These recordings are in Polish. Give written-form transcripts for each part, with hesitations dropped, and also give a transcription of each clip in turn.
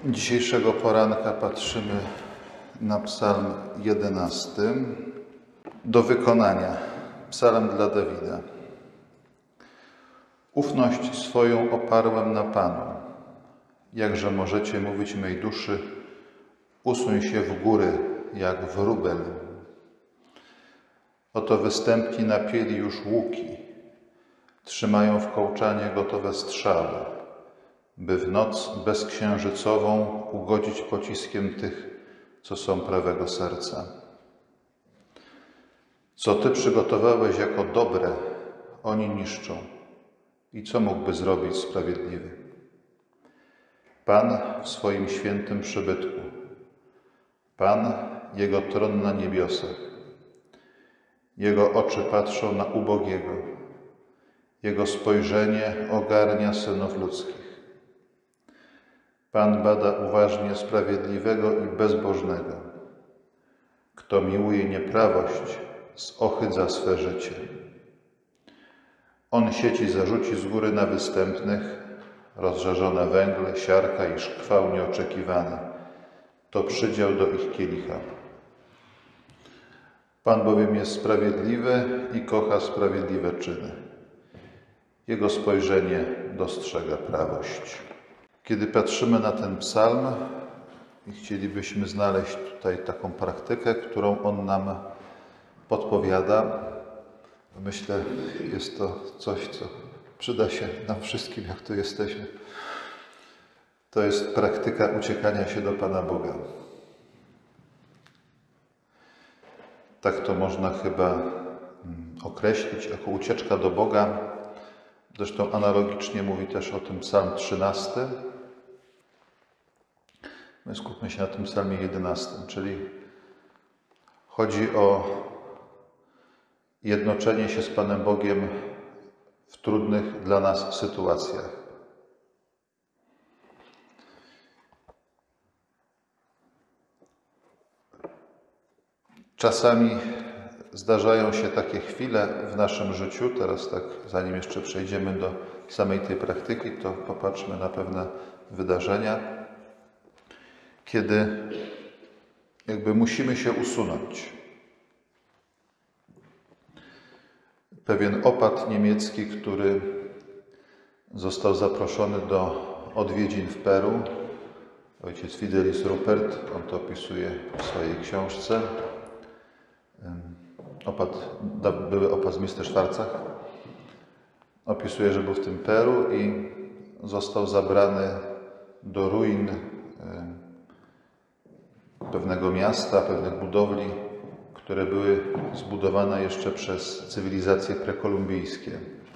Dzisiejszego poranka patrzymy na psalm 11 do wykonania. Psalm dla Dawida. Ufność swoją oparłem na Panu. Jakże możecie mówić mej duszy, usuń się w góry jak wróbel. Oto występni napięli już łuki, trzymają w kołczanie gotowe strzały, by w noc bezksiężycową ugodzić pociskiem tych, co są prawego serca. Co Ty przygotowałeś jako dobre, oni niszczą. I co mógłby zrobić sprawiedliwy? Pan w swoim świętym przybytku. Pan, Jego tron na niebiosach. Jego oczy patrzą na ubogiego. Jego spojrzenie ogarnia synów ludzkich. Pan bada uważnie sprawiedliwego i bezbożnego. Kto miłuje nieprawość, zohydza swe życie. On sieci zarzuci z góry na występnych, rozżarzone węgle, siarka i szkwał nieoczekiwany. To przydział do ich kielicha. Pan bowiem jest sprawiedliwy i kocha sprawiedliwe czyny. Jego spojrzenie dostrzega prawość. Kiedy patrzymy na ten psalm i chcielibyśmy znaleźć tutaj taką praktykę, którą on nam podpowiada, myślę, jest to coś, co przyda się nam wszystkim, jak tu jesteśmy. To jest praktyka uciekania się do Pana Boga. Tak to można chyba określić jako ucieczka do Boga. Zresztą analogicznie mówi też o tym psalm 13. My skupmy się na tym psalmie 11, czyli chodzi o jednoczenie się z Panem Bogiem w trudnych dla nas sytuacjach. Czasami zdarzają się takie chwile w naszym życiu, teraz tak, zanim jeszcze przejdziemy do samej tej praktyki, to popatrzmy na pewne wydarzenia, kiedy jakby musimy się usunąć. Pewien opat niemiecki, który został zaproszony do odwiedzin w Peru, ojciec Fidelis Ruppert, on to opisuje w swojej książce, były opat z Misterschwarzach, opisuje, że był w tym Peru i został zabrany do ruin pewnego miasta, pewnych budowli, które były zbudowane jeszcze przez cywilizacje prekolumbijskie.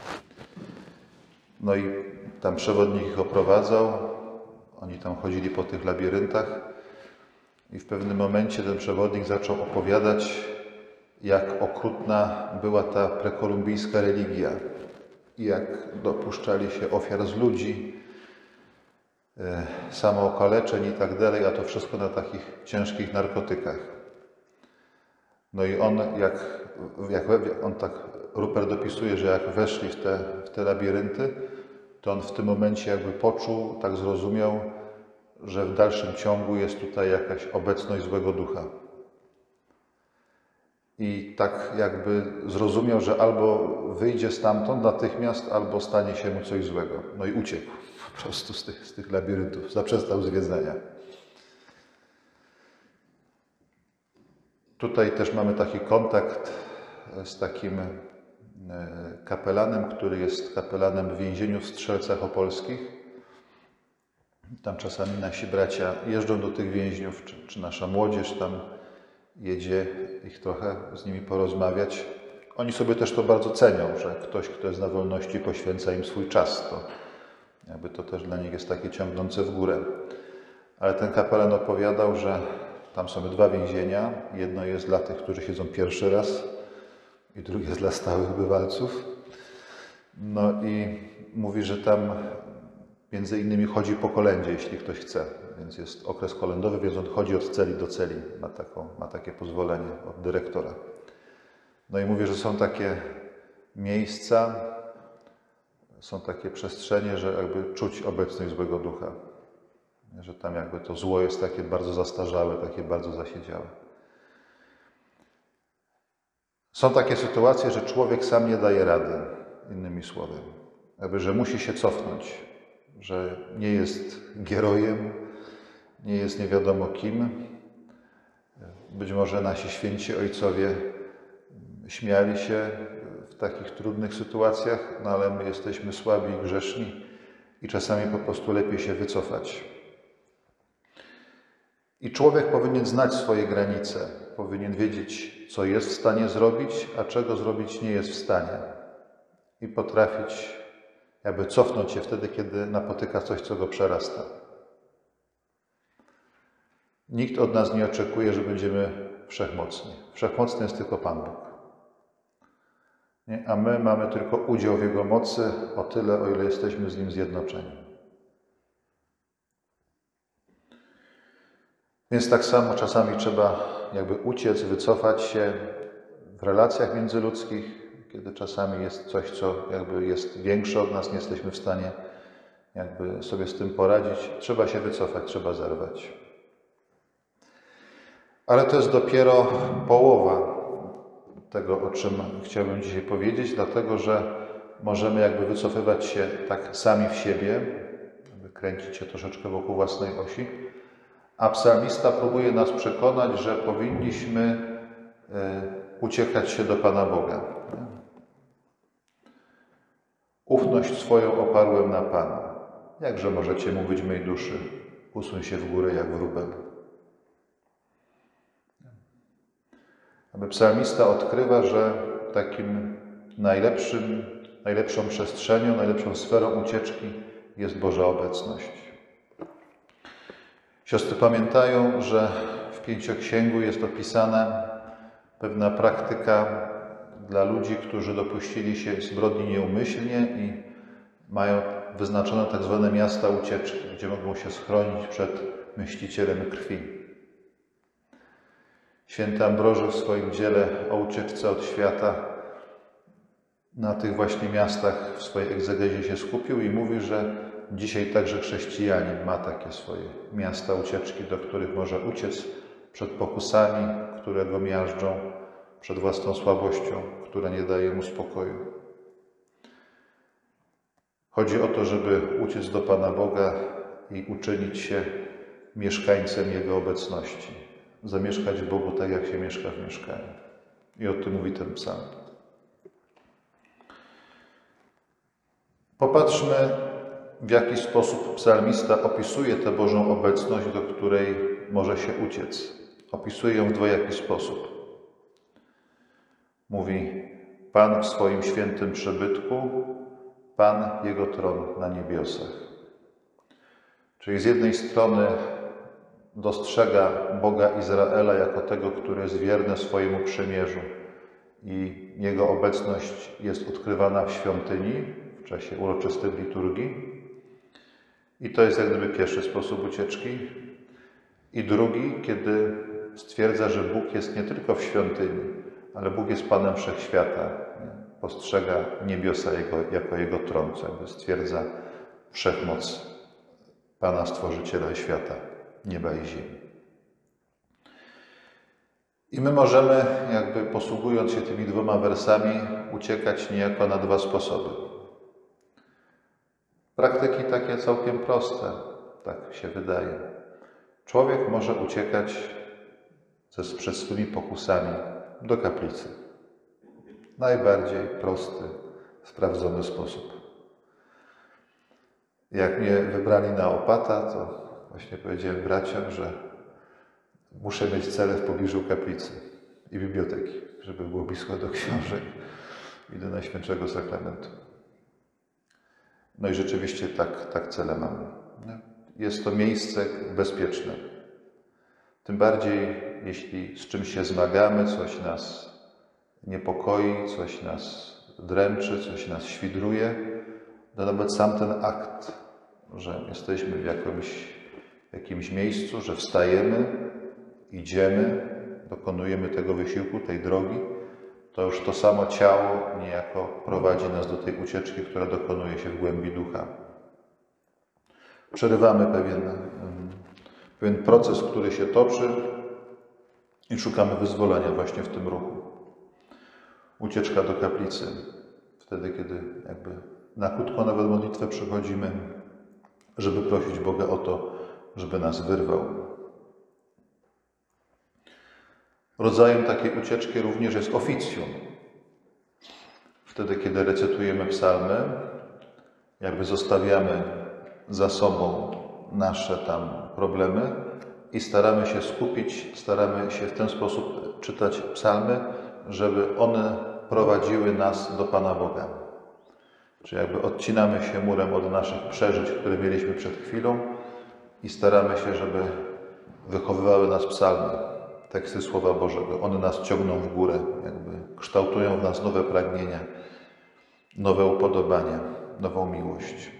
No i tam przewodnik ich oprowadzał, oni tam chodzili po tych labiryntach i w pewnym momencie ten przewodnik zaczął opowiadać, jak okrutna była ta prekolumbijska religia i jak dopuszczali się ofiar z ludzi, samookaleczeń i tak dalej, a to wszystko na takich ciężkich narkotykach. No i on, on tak, Rupert dopisuje, że jak weszli w te labirynty, to on w tym momencie jakby poczuł, tak zrozumiał, że w dalszym ciągu jest tutaj jakaś obecność złego ducha. I tak jakby zrozumiał, że albo wyjdzie stamtąd natychmiast, albo stanie się mu coś złego. No i uciekł po prostu z tych labiryntów, zaprzestał zwiedzania. Tutaj też mamy taki kontakt z takim kapelanem, który jest kapelanem w więzieniu w Strzelcach Opolskich. Tam czasami nasi bracia jeżdżą do tych więźniów, czy nasza młodzież tam jedzie ich trochę z nimi porozmawiać. Oni sobie też to bardzo cenią, że ktoś, kto jest na wolności, poświęca im swój czas. To też dla nich jest takie ciągnące w górę. Ale ten kapelan opowiadał, że tam są dwa więzienia. Jedno jest dla tych, którzy siedzą pierwszy raz i drugie jest dla stałych bywalców. No i mówi, że tam między innymi chodzi po kolędzie, jeśli ktoś chce. Więc jest okres kolędowy, więc on chodzi od celi do celi. Ma takie pozwolenie od dyrektora. No i mówi, że są takie miejsca, są takie przestrzenie, że jakby czuć obecność złego ducha. że tam jakby to zło jest takie bardzo zastarzałe, takie bardzo zasiedziałe. Są takie sytuacje, że człowiek sam nie daje rady, innymi słowy, że musi się cofnąć, że nie jest gerojem, nie jest nie wiadomo kim. Być może nasi święci ojcowie śmiali się w takich trudnych sytuacjach, no ale my jesteśmy słabi i grzeszni i czasami po prostu lepiej się wycofać. I człowiek powinien znać swoje granice, powinien wiedzieć, co jest w stanie zrobić, a czego zrobić nie jest w stanie. I potrafić jakby cofnąć się wtedy, kiedy napotyka coś, co go przerasta. Nikt od nas nie oczekuje, że będziemy wszechmocni. Wszechmocny jest tylko Pan Bóg. Nie? A my mamy tylko udział w Jego mocy o tyle, o ile jesteśmy z Nim zjednoczeni. Więc tak samo czasami trzeba jakby uciec, wycofać się w relacjach międzyludzkich, kiedy czasami jest coś, co jakby jest większe od nas, nie jesteśmy w stanie jakby sobie z tym poradzić. Trzeba się wycofać, trzeba zerwać. Ale to jest dopiero połowa tego, o czym chciałbym dzisiaj powiedzieć, dlatego że możemy jakby wycofywać się tak sami w siebie, kręcić się troszeczkę wokół własnej osi, a psalmista próbuje nas przekonać, że powinniśmy uciekać się do Pana Boga. Ufność swoją oparłem na Pana. Jakże możecie mówić mej duszy, usuń się w górę jak wróbel. Aby psalmista odkrywa, że takim najlepszą przestrzenią, najlepszą sferą ucieczki jest Boża obecność. Siostry pamiętają, że w Pięcioksięgu jest opisana pewna praktyka dla ludzi, którzy dopuścili się zbrodni nieumyślnie i mają wyznaczone tak zwane miasta ucieczki, gdzie mogą się schronić przed myślicielem krwi. Święty Ambroży w swoim dziele o ucieczce od świata na tych właśnie miastach w swojej egzegezie się skupił i mówi, że dzisiaj także chrześcijanin ma takie swoje miasta ucieczki, do których może uciec przed pokusami, które go miażdżą, przed własną słabością, która nie daje mu spokoju. Chodzi o to, żeby uciec do Pana Boga i uczynić się mieszkańcem Jego obecności. Zamieszkać w Bogu tak, jak się mieszka w mieszkaniu. I o tym mówi ten psalm. Popatrzmy, w jaki sposób psalmista opisuje tę Bożą obecność, do której może się uciec. Opisuje ją w dwojaki sposób. Mówi, Pan w swoim świętym przybytku, Pan Jego tron na niebiosach. Czyli z jednej strony dostrzega Boga Izraela jako tego, który jest wierny swojemu przymierzu i Jego obecność jest odkrywana w świątyni w czasie uroczystych liturgii. I to jest jak gdyby pierwszy sposób ucieczki. I drugi, kiedy stwierdza, że Bóg jest nie tylko w świątyni, ale Bóg jest Panem Wszechświata. Postrzega niebiosa jako Jego tron, co jakby stwierdza wszechmoc Pana Stworzyciela świata, nieba i ziemi. I my możemy, jakby posługując się tymi dwoma wersami, uciekać niejako na dwa sposoby. Praktyki takie całkiem proste, tak się wydaje. Człowiek może uciekać przed swymi pokusami do kaplicy. Najbardziej prosty, sprawdzony sposób. Jak mnie wybrali na opata, to właśnie powiedziałem braciom, że muszę mieć cele w pobliżu kaplicy i biblioteki, żeby było blisko do książek i do Najświętszego Sakramentu. No i rzeczywiście tak cele mamy. Jest to miejsce bezpieczne. Tym bardziej, jeśli z czymś się zmagamy, coś nas niepokoi, coś nas dręczy, coś nas świdruje, to nawet sam ten akt, że jesteśmy w jakimś miejscu, że wstajemy, idziemy, dokonujemy tego wysiłku, tej drogi, to już to samo ciało niejako prowadzi nas do tej ucieczki, która dokonuje się w głębi ducha. przerywamy pewien proces, który się toczy i szukamy wyzwolenia właśnie w tym ruchu. Ucieczka do kaplicy, wtedy kiedy jakby na krótko nawet modlitwę przychodzimy, żeby prosić Boga o to, żeby nas wyrwał. Rodzajem takiej ucieczki również jest oficjum. Wtedy, kiedy recytujemy psalmy, jakby zostawiamy za sobą nasze tam problemy i staramy się skupić, staramy się w ten sposób czytać psalmy, żeby one prowadziły nas do Pana Boga. Czyli jakby odcinamy się murem od naszych przeżyć, które mieliśmy przed chwilą i staramy się, żeby wychowywały nas psalmy, teksty Słowa Bożego. One nas ciągną w górę, jakby kształtują w nas nowe pragnienia, nowe upodobania, nową miłość.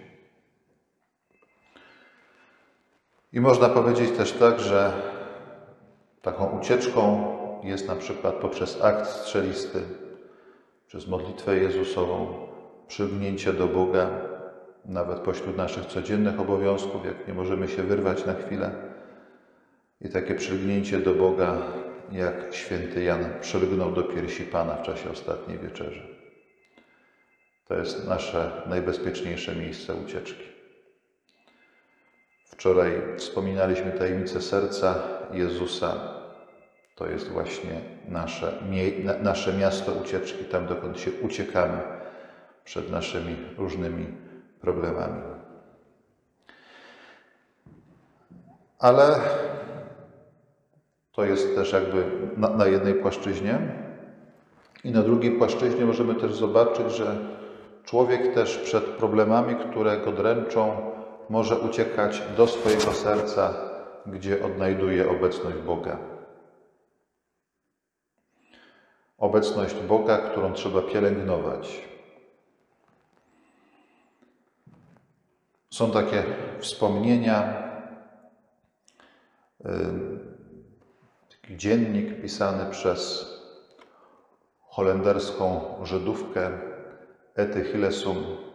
I można powiedzieć też tak, że taką ucieczką jest na przykład poprzez akt strzelisty, przez modlitwę Jezusową, przylgnięcie do Boga, nawet pośród naszych codziennych obowiązków, jak nie możemy się wyrwać na chwilę. I takie przylgnięcie do Boga, jak święty Jan przylgnął do piersi Pana w czasie ostatniej wieczerzy. To jest nasze najbezpieczniejsze miejsce ucieczki. Wczoraj wspominaliśmy tajemnicę serca Jezusa. To jest właśnie nasze miasto ucieczki, tam dokąd się uciekamy przed naszymi różnymi problemami. Ale to jest też jakby na jednej płaszczyźnie. I na drugiej płaszczyźnie możemy też zobaczyć, że człowiek też przed problemami, które go dręczą, może uciekać do swojego serca, gdzie odnajduje obecność Boga. Obecność Boga, którą trzeba pielęgnować. Są takie wspomnienia, taki dziennik pisany przez holenderską Żydówkę Ety Hillesum,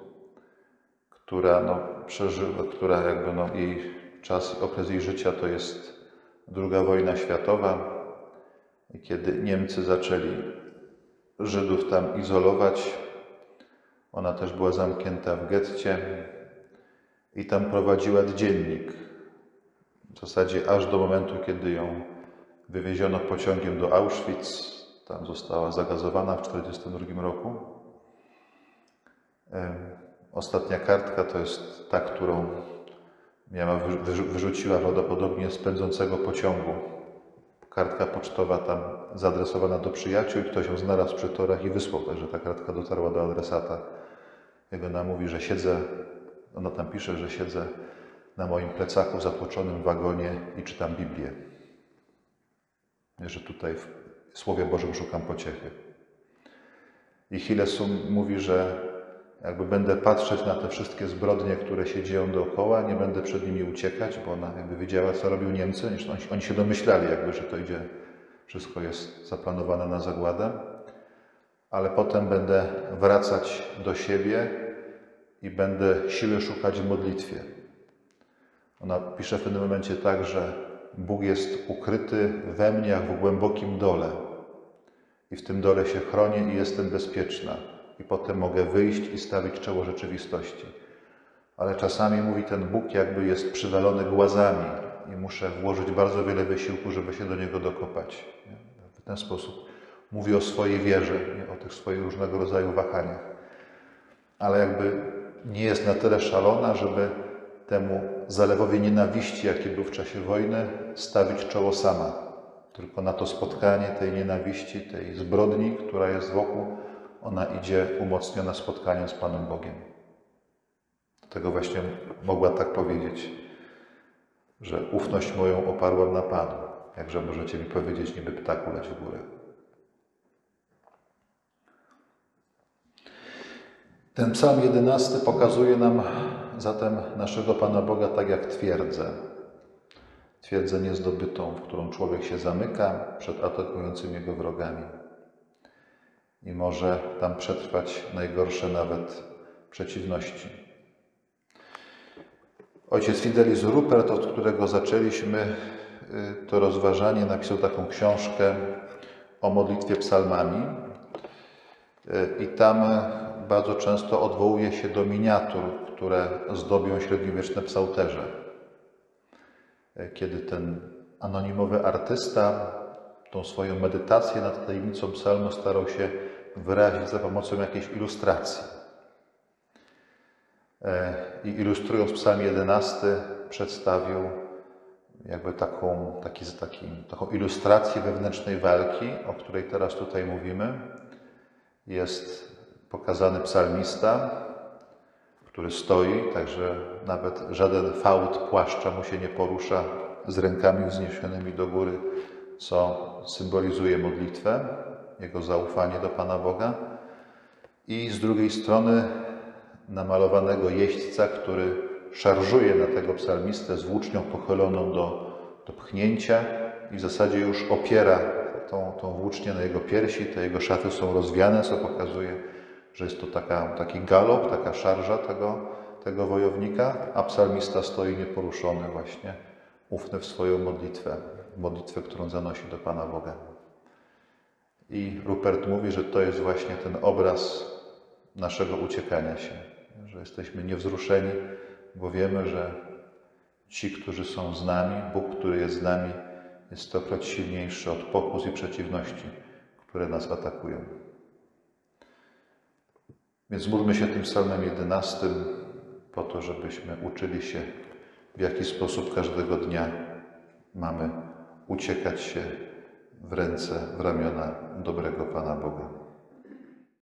która jej czas, okres jej życia to jest II wojna światowa. I kiedy Niemcy zaczęli Żydów tam izolować, ona też była zamknięta w getcie i tam prowadziła dziennik. W zasadzie aż do momentu, kiedy ją wywieziono pociągiem do Auschwitz. Tam została zagazowana w 1942 roku. Ostatnia kartka to jest ta, którą wyrzuciła prawdopodobnie z pędzącego pociągu. Kartka pocztowa tam zaadresowana do przyjaciół i ktoś ją znalazł przy torach i wysłał, także ta kartka dotarła do adresata. Jak ona mówi, że ona tam pisze, że siedzę na moim plecaku w zatłoczonym wagonie i czytam Biblię. Że tutaj w Słowie Bożym szukam pociechy. I Hillesum mówi, że jakby będę patrzeć na te wszystkie zbrodnie, które się dzieją dookoła, nie będę przed nimi uciekać, bo ona jakby wiedziała, co robią Niemcy. Oni się domyślali jakby, że to idzie, wszystko jest zaplanowane na zagładę. Ale potem będę wracać do siebie i będę siły szukać w modlitwie. Ona pisze w tym momencie tak, że Bóg jest ukryty we mnie jak w głębokim dole. I w tym dole się chronię i jestem bezpieczna. I potem mogę wyjść i stawić czoło rzeczywistości. Ale czasami, mówi, ten Bóg jakby jest przywalony głazami i muszę włożyć bardzo wiele wysiłku, żeby się do Niego dokopać. W ten sposób mówi o swojej wierze, o tych swoich różnego rodzaju wahaniach. Ale jakby nie jest na tyle szalona, żeby temu zalewowi nienawiści, jaki był w czasie wojny, stawić czoło sama. Tylko na to spotkanie tej nienawiści, tej zbrodni, która jest wokół, ona idzie umocniona spotkaniem z Panem Bogiem. Dlatego właśnie mogła tak powiedzieć, że ufność moją oparłam na Panu. Jakże możecie mi powiedzieć, niby ptaku leć w górę. Ten psalm 11 pokazuje nam zatem naszego Pana Boga tak jak twierdzę. Twierdzę niezdobytą, w którą człowiek się zamyka przed atakującymi go wrogami. I może tam przetrwać najgorsze nawet przeciwności. Ojciec Fidelis Rupert, od którego zaczęliśmy to rozważanie, napisał taką książkę o modlitwie psalmami i tam bardzo często odwołuje się do miniatur, które zdobią średniowieczne psałterze. Kiedy ten anonimowy artysta tą swoją medytację nad tajemnicą psalmu starał się wyrazić za pomocą jakiejś ilustracji. I ilustrując psalm 11 przedstawił jakby taką ilustrację wewnętrznej walki, o której teraz tutaj mówimy. Jest pokazany psalmista, który stoi, także nawet żaden fałd płaszcza mu się nie porusza, z rękami wzniesionymi do góry, co symbolizuje modlitwę, jego zaufanie do Pana Boga. I z drugiej strony namalowanego jeźdźca, który szarżuje na tego psalmistę z włócznią pochyloną do pchnięcia i w zasadzie już opiera tą włócznię na jego piersi. Te jego szaty są rozwiane, co pokazuje, że jest to taki galop, taka szarża tego wojownika, a psalmista stoi nieporuszony właśnie, ufny w swoją modlitwę, którą zanosi do Pana Boga. I Rupert mówi, że to jest właśnie ten obraz naszego uciekania się, że jesteśmy niewzruszeni, bo wiemy, że ci, którzy są z nami, Bóg, który jest z nami, jest stokroć silniejszy od pokus i przeciwności, które nas atakują. Więc módlmy się tym psalmem 11 po to, żebyśmy uczyli się, w jaki sposób każdego dnia mamy uciekać się w ręce, w ramiona dobrego Pana Boga.